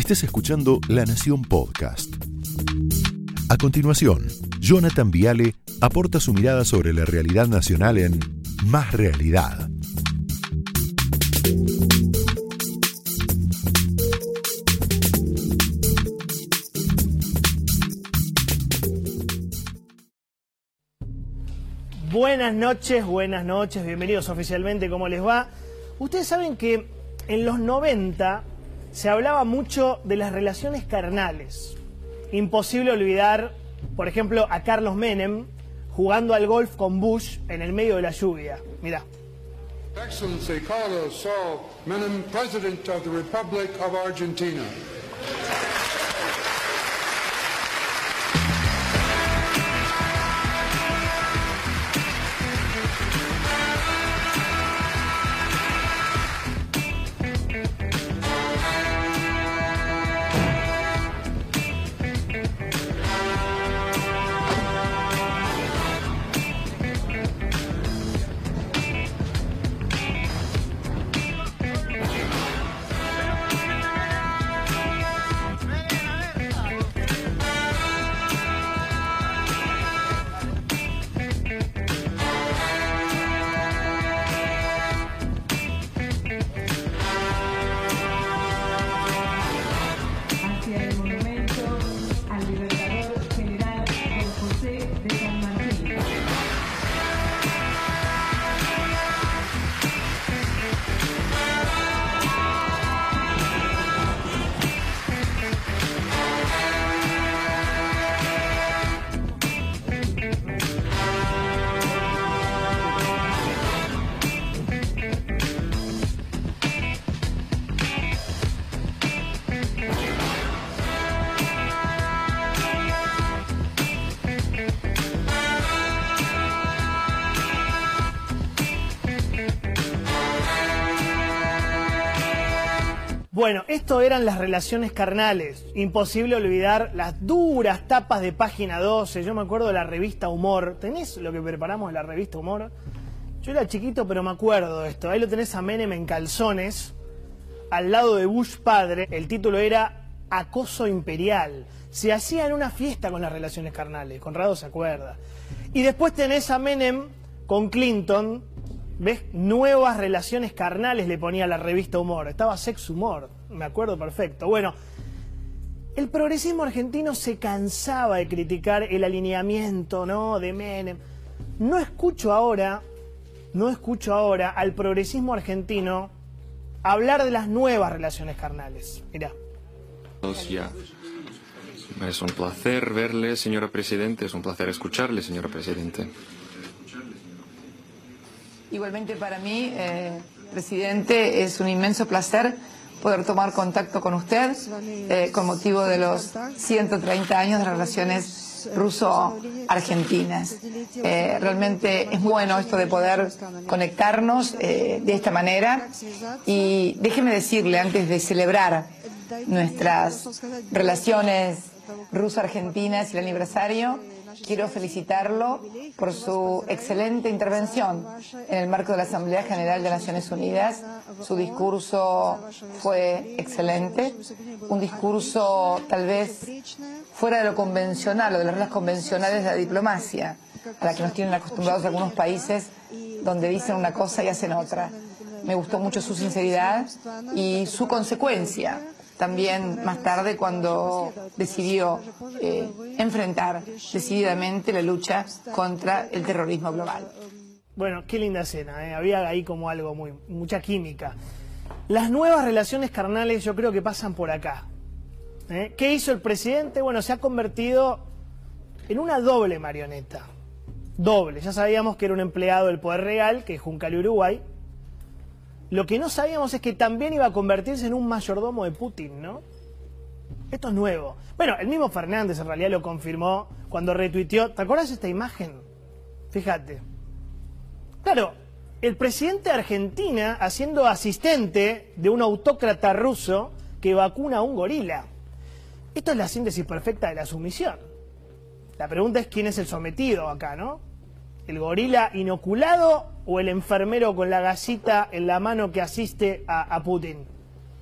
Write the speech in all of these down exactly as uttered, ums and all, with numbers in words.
estés escuchando La Nación Podcast. A continuación, Jonathan Viale aporta su mirada sobre la realidad nacional en Más Realidad. Buenas noches, buenas noches, bienvenidos oficialmente, ¿cómo les va? Ustedes saben que en los noventa se hablaba mucho de las relaciones carnales. Imposible olvidar, por ejemplo, a Carlos Menem jugando al golf con Bush en el medio de la lluvia. Mirá. Excellency Carlos Saul Menem, President of the Republic of Argentina. Bueno, esto eran las relaciones carnales. Imposible olvidar las duras tapas de Página doce. Yo me acuerdo de la revista Humor. ¿Tenés lo que preparamos de la revista Humor? Yo era chiquito, pero me acuerdo de esto. Ahí lo tenés a Menem en calzones, al lado de Bush padre. El título era Acoso Imperial. Se hacía en una fiesta con las relaciones carnales. Conrado se acuerda. Y después tenés a Menem con Clinton. ¿Ves? Nuevas relaciones carnales le ponía la revista Humor. Estaba Sex Humor, me acuerdo perfecto. Bueno, el progresismo argentino se cansaba de criticar el alineamiento, ¿no?, de Menem. No escucho ahora, no escucho ahora al progresismo argentino hablar de las nuevas relaciones carnales. Mirá. Ya. Es un placer verle, señora Presidente. Es un placer escucharle, señora Presidente. Igualmente para mí, eh, presidente, es un inmenso placer poder tomar contacto con usted eh, con motivo de los ciento treinta años de relaciones ruso-argentinas. Eh, realmente es bueno esto de poder conectarnos eh, de esta manera, y déjeme decirle, antes de celebrar nuestras relaciones ruso-argentinas y el aniversario, quiero felicitarlo por su excelente intervención en el marco de la Asamblea General de Naciones Unidas. Su discurso fue excelente, un discurso tal vez fuera de lo convencional o de las reglas convencionales de la diplomacia, a la que nos tienen acostumbrados algunos países donde dicen una cosa y hacen otra. Me gustó mucho su sinceridad y su consecuencia. También más tarde, cuando decidió eh, enfrentar decididamente la lucha contra el terrorismo global. Bueno, qué linda escena, ¿eh? Había ahí como algo, muy mucha química. Las nuevas relaciones carnales yo creo que pasan por acá. ¿eh? ¿Qué hizo el presidente? Bueno, se ha convertido en una doble marioneta. Doble. Ya sabíamos que era un empleado del Poder Real, que es Juncal y Uruguay. Lo que no sabíamos es que también iba a convertirse en un mayordomo de Putin, ¿no? Esto es nuevo. Bueno, el mismo Fernández en realidad lo confirmó cuando retuiteó. ¿Te acuerdas de esta imagen? Fíjate. Claro, el presidente de Argentina haciendo asistente de un autócrata ruso que vacuna a un gorila. Esto es la síntesis perfecta de la sumisión. La pregunta es quién es el sometido acá, ¿no? ¿El gorila inoculado o el enfermero con la gasita en la mano que asiste a, a Putin?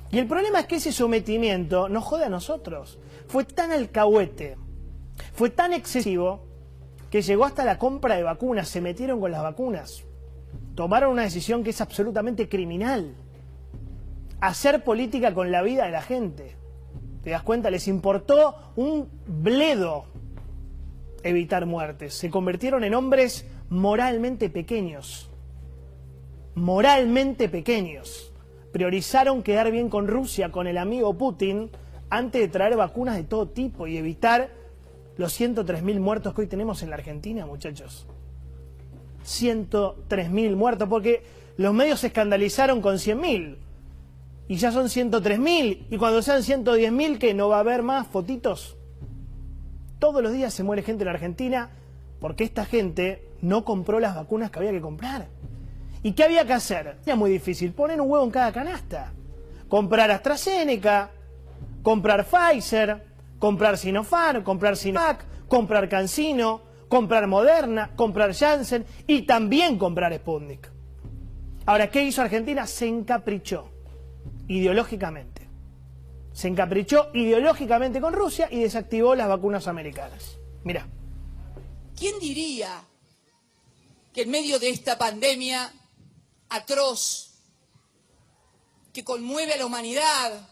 Y el problema es que ese sometimiento nos jode a nosotros. Fue tan alcahuete, fue tan excesivo, que llegó hasta la compra de vacunas, se metieron con las vacunas. Tomaron una decisión que es absolutamente criminal. Hacer política con la vida de la gente. ¿Te das cuenta? Les importó un bledo evitar muertes. Se convirtieron en hombres moralmente pequeños. Moralmente pequeños. Priorizaron quedar bien con Rusia, con el amigo Putin, antes de traer vacunas de todo tipo y evitar los ciento tres mil muertos que hoy tenemos en la Argentina, muchachos. ciento tres mil muertos, porque los medios se escandalizaron con cien mil. Y ya son ciento tres mil. Y cuando sean ciento diez mil, ¿qué? ¿No va a haber más fotitos? Todos los días se muere gente en la Argentina porque esta gente no compró las vacunas que había que comprar. ¿Y qué había que hacer? Era muy difícil, poner un huevo en cada canasta. Comprar AstraZeneca, comprar Pfizer, comprar Sinopharm, comprar Sinovac, comprar CanSino, comprar Moderna, comprar Janssen y también comprar Sputnik. Ahora, ¿qué hizo Argentina? Se encaprichó ideológicamente. Se encaprichó ideológicamente con Rusia y desactivó las vacunas americanas. Mirá. ¿Quién diría que en medio de esta pandemia atroz que conmueve a la humanidad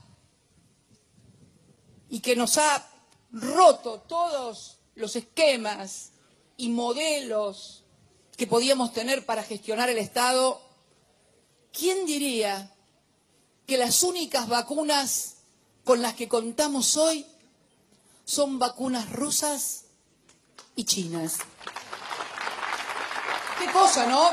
y que nos ha roto todos los esquemas y modelos que podíamos tener para gestionar el Estado, ¿quién diría que las únicas vacunas con las que contamos hoy son vacunas rusas y chinas? ¿Qué cosa, no?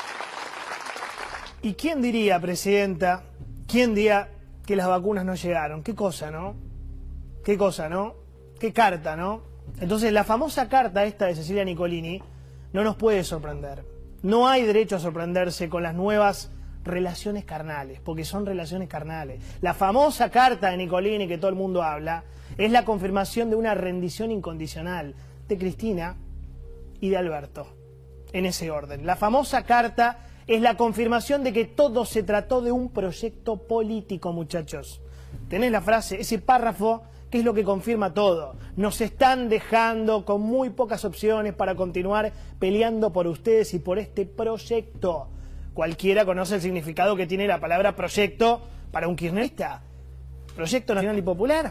¿Y quién diría, Presidenta, quién diría que las vacunas no llegaron? ¿Qué cosa, no? ¿Qué cosa, no? ¿Qué carta, no? Entonces, la famosa carta esta de Cecilia Nicolini no nos puede sorprender. No hay derecho a sorprenderse con las nuevas relaciones carnales, porque son relaciones carnales. La famosa carta de Nicolini que todo el mundo habla es la confirmación de una rendición incondicional de Cristina y de Alberto, en ese orden. La famosa carta es la confirmación de que todo se trató de un proyecto político, muchachos. Tenés la frase, ese párrafo, que es lo que confirma todo. Nos están dejando con muy pocas opciones para continuar peleando por ustedes y por este proyecto. Cualquiera conoce el significado que tiene la palabra proyecto para un kirchnerista. Proyecto Nacional y Popular.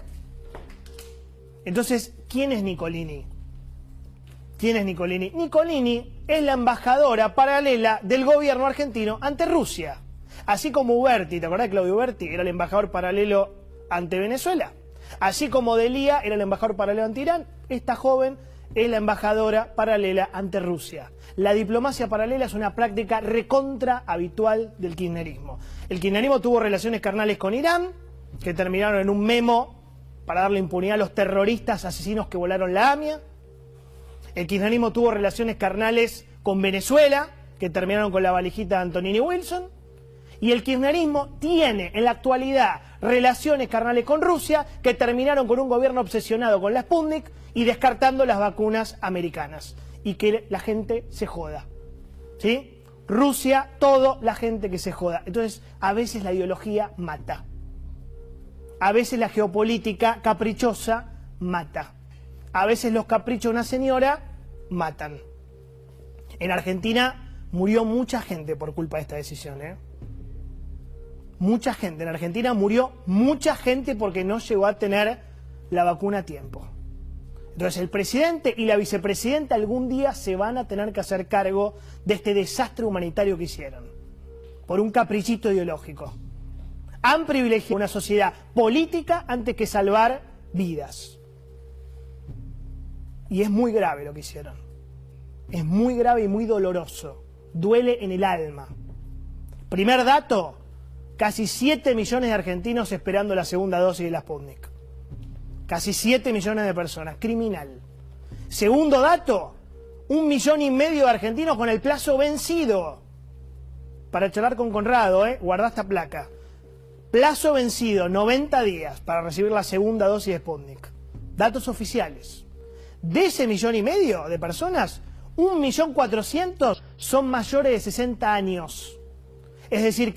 Entonces, ¿quién es Nicolini? ¿Quién es Nicolini? Nicolini es la embajadora paralela del gobierno argentino ante Rusia. Así como Uberti, ¿te acordás de Claudio Uberti? Era el embajador paralelo ante Venezuela. Así como Delia era el embajador paralelo ante Irán, esta joven es la embajadora paralela ante Rusia. La diplomacia paralela es una práctica recontra habitual del kirchnerismo. El kirchnerismo tuvo relaciones carnales con Irán, que terminaron en un memo para darle impunidad a los terroristas asesinos que volaron la AMIA. El kirchnerismo tuvo relaciones carnales con Venezuela, que terminaron con la valijita de Antonini Wilson. Y el kirchnerismo tiene en la actualidad relaciones carnales con Rusia, que terminaron con un gobierno obsesionado con la Sputnik y descartando las vacunas americanas. Y que la gente se joda. ¿Sí? Rusia, todo la gente que se joda. Entonces, a veces la ideología mata. A veces la geopolítica caprichosa mata. A veces los caprichos de una señora matan. En Argentina murió mucha gente por culpa de esta decisión, ¿eh? Mucha gente. En Argentina murió mucha gente porque no llegó a tener la vacuna a tiempo. Entonces el presidente y la vicepresidenta algún día se van a tener que hacer cargo de este desastre humanitario que hicieron. Por un caprichito ideológico. Han privilegiado una sociedad política antes que salvar vidas. Y es muy grave lo que hicieron. Es muy grave y muy doloroso. Duele en el alma. Primer dato, casi siete millones de argentinos esperando la segunda dosis de la Sputnik. Casi siete millones de personas. Criminal. Segundo dato, un millón y medio de argentinos con el plazo vencido. Para charlar con Conrado, ¿eh? Guardá esta placa. Plazo vencido, noventa días para recibir la segunda dosis de Sputnik. Datos oficiales. De ese millón y medio de personas, un millón cuatrocientos son mayores de sesenta años. Es decir que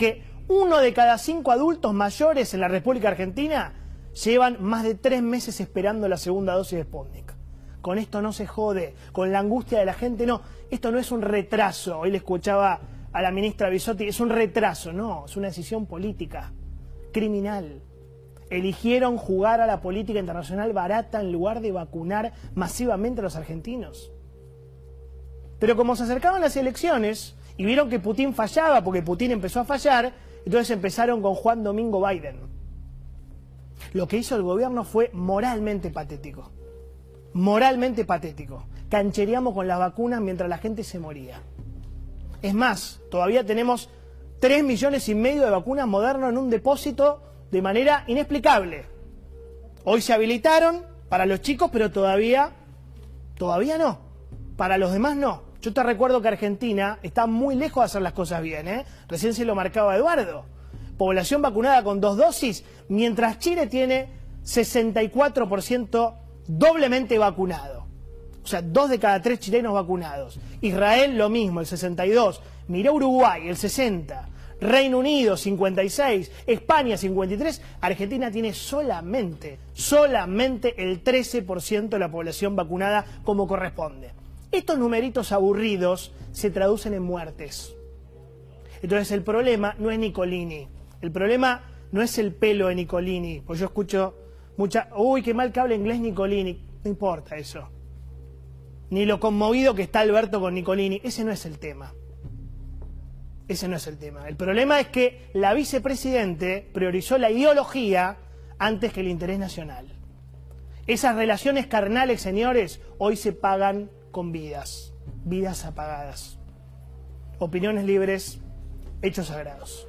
Uno de cada cinco adultos mayores en la República Argentina llevan más de tres meses esperando la segunda dosis de Sputnik. Con esto no se jode, con la angustia de la gente no. Esto no es un retraso. Hoy le escuchaba a la ministra Bisotti, es un retraso, no, es una decisión política, criminal. Eligieron jugar a la política internacional barata en lugar de vacunar masivamente a los argentinos. Pero como se acercaban las elecciones y vieron que Putin fallaba, porque Putin empezó a fallar, entonces empezaron con Juan Domingo Biden. Lo que hizo el gobierno fue moralmente patético. Moralmente patético. Canchereamos con las vacunas mientras la gente se moría. Es más, todavía tenemos tres millones y medio de vacunas Moderna en un depósito de manera inexplicable. Hoy se habilitaron para los chicos, pero todavía, todavía no. Para los demás no. Yo te recuerdo que Argentina está muy lejos de hacer las cosas bien, ¿eh? Recién se lo marcaba Eduardo. Población vacunada con dos dosis, mientras Chile tiene sesenta y cuatro por ciento doblemente vacunado. O sea, dos de cada tres chilenos vacunados. Israel lo mismo, el sesenta y dos. Mirá Uruguay, el sesenta. Reino Unido, cincuenta y seis. España, cincuenta y tres. Argentina tiene solamente, solamente el trece por ciento de la población vacunada como corresponde. Estos numeritos aburridos se traducen en muertes. Entonces el problema no es Nicolini. El problema no es el pelo de Nicolini. Pues yo escucho mucha... Uy, qué mal que habla inglés Nicolini. No importa eso. Ni lo conmovido que está Alberto con Nicolini. Ese no es el tema. Ese no es el tema. El problema es que la vicepresidente priorizó la ideología antes que el interés nacional. Esas relaciones carnales, señores, hoy se pagan con vidas. Vidas apagadas. Opiniones libres, hechos sagrados.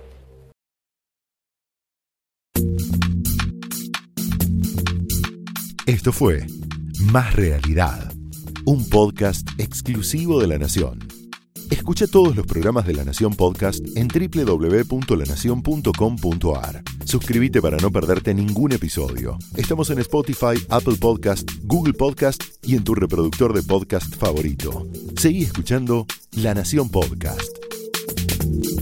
Esto fue Más Realidad, un podcast exclusivo de La Nación. Escucha todos los programas de La Nación Podcast en doble u doble u doble u punto la nación punto com punto a r. Suscríbete para no perderte ningún episodio. Estamos en Spotify, Apple Podcast, Google Podcast y en tu reproductor de podcast favorito. Seguí escuchando La Nación Podcast.